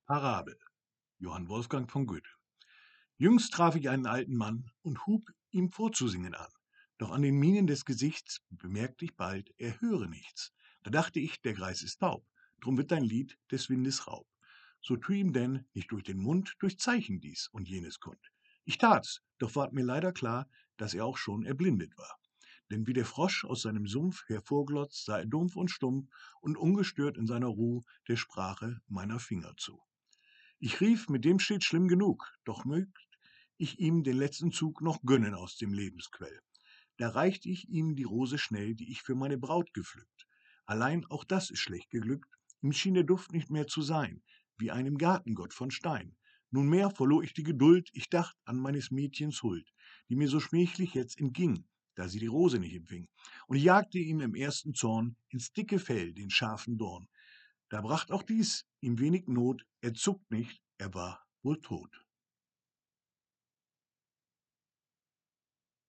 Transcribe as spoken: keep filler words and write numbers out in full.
Parabel, Johann Wolfgang von Goethe. Jüngst traf ich einen alten Mann und hub ihm vorzusingen an. Doch an den Mienen des Gesichts bemerkte ich bald, er höre nichts. Da dachte ich, der Greis ist taub, drum wird dein Lied des Windes Raub. So tu ihm denn nicht durch den Mund, durch Zeichen dies und jenes kund. Ich tat's, doch ward mir leider klar, dass er auch schon erblindet war. Denn wie der Frosch aus seinem Sumpf hervorglotzt, sah er dumpf und stumpf und ungestört in seiner Ruh der Sprache meiner Finger zu. Ich rief, mit dem steht schlimm genug, doch mögt ich ihm den letzten Zug noch gönnen aus dem Lebensquell. Da reicht ich ihm die Rose schnell, die ich für meine Braut gepflückt. Allein auch das ist schlecht geglückt, ihm schien der Duft nicht mehr zu sein, wie einem Gartengott von Stein. Nunmehr verlor ich die Geduld, ich dacht an meines Mädchens Huld, die mir so schmählich jetzt entging, da sie die Rose nicht empfing, und ich jagte ihm im ersten Zorn ins dicke Fell den scharfen Dorn. Da bracht auch dies ihm wenig Not, er zuckt nicht, er war wohl tot.